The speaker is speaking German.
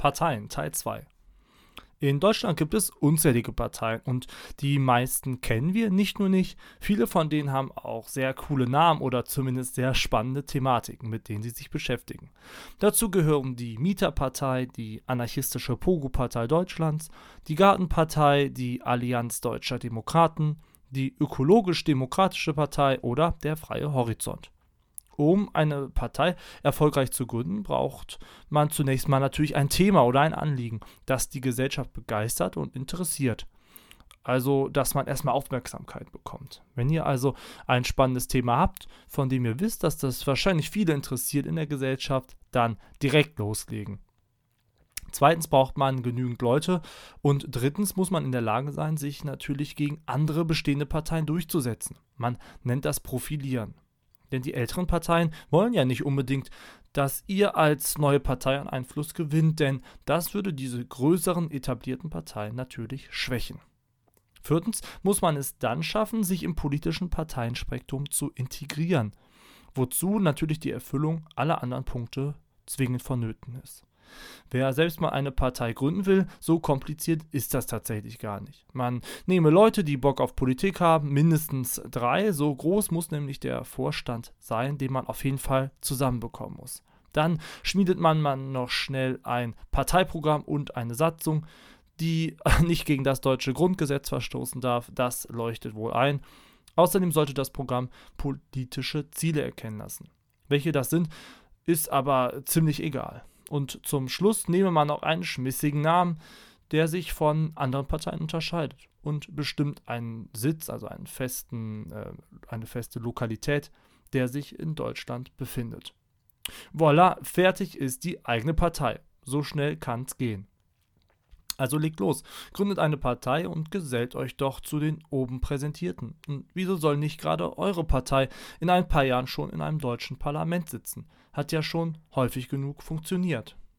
Parteien, Teil 2. In Deutschland gibt es unzählige Parteien und die meisten kennen wir nicht nur nicht, viele von denen haben auch sehr coole Namen oder zumindest sehr spannende Thematiken, mit denen sie sich beschäftigen. Dazu gehören die Mieterpartei, die anarchistische Pogo-Partei Deutschlands, die Gartenpartei, die Allianz Deutscher Demokraten, die ökologisch-demokratische Partei oder der Freie Horizont. Um eine Partei erfolgreich zu gründen, braucht man zunächst mal natürlich ein Thema oder ein Anliegen, das die Gesellschaft begeistert und interessiert. Also, dass man erstmal Aufmerksamkeit bekommt. Wenn ihr also ein spannendes Thema habt, von dem ihr wisst, dass das wahrscheinlich viele interessiert in der Gesellschaft, dann direkt loslegen. Zweitens braucht man genügend Leute und drittens muss man in der Lage sein, sich natürlich gegen andere bestehende Parteien durchzusetzen. Man nennt das Profilieren. Denn die älteren Parteien wollen ja nicht unbedingt, dass ihr als neue Partei an Einfluss gewinnt, denn das würde diese größeren etablierten Parteien natürlich schwächen. Viertens muss man es dann schaffen, sich im politischen Parteienspektrum zu integrieren, wozu natürlich die Erfüllung aller anderen Punkte zwingend vonnöten ist. Wer selbst mal eine Partei gründen will, so kompliziert ist das tatsächlich gar nicht. Man nehme Leute, die Bock auf Politik haben, mindestens 3, so groß muss nämlich der Vorstand sein, den man auf jeden Fall zusammenbekommen muss. Dann schmiedet man noch schnell ein Parteiprogramm und eine Satzung, die nicht gegen das deutsche Grundgesetz verstoßen darf, das leuchtet wohl ein. Außerdem sollte das Programm politische Ziele erkennen lassen. Welche das sind, ist aber ziemlich egal. Und zum Schluss nehme man auch einen schmissigen Namen, der sich von anderen Parteien unterscheidet und bestimmt einen Sitz, also eine feste Lokalität, der sich in Deutschland befindet. Voilà, fertig ist die eigene Partei. So schnell kann es gehen. Also legt los, gründet eine Partei und gesellt euch doch zu den oben Präsentierten. Und wieso soll nicht gerade eure Partei in ein paar Jahren schon in einem deutschen Parlament sitzen? Hat ja schon häufig genug funktioniert.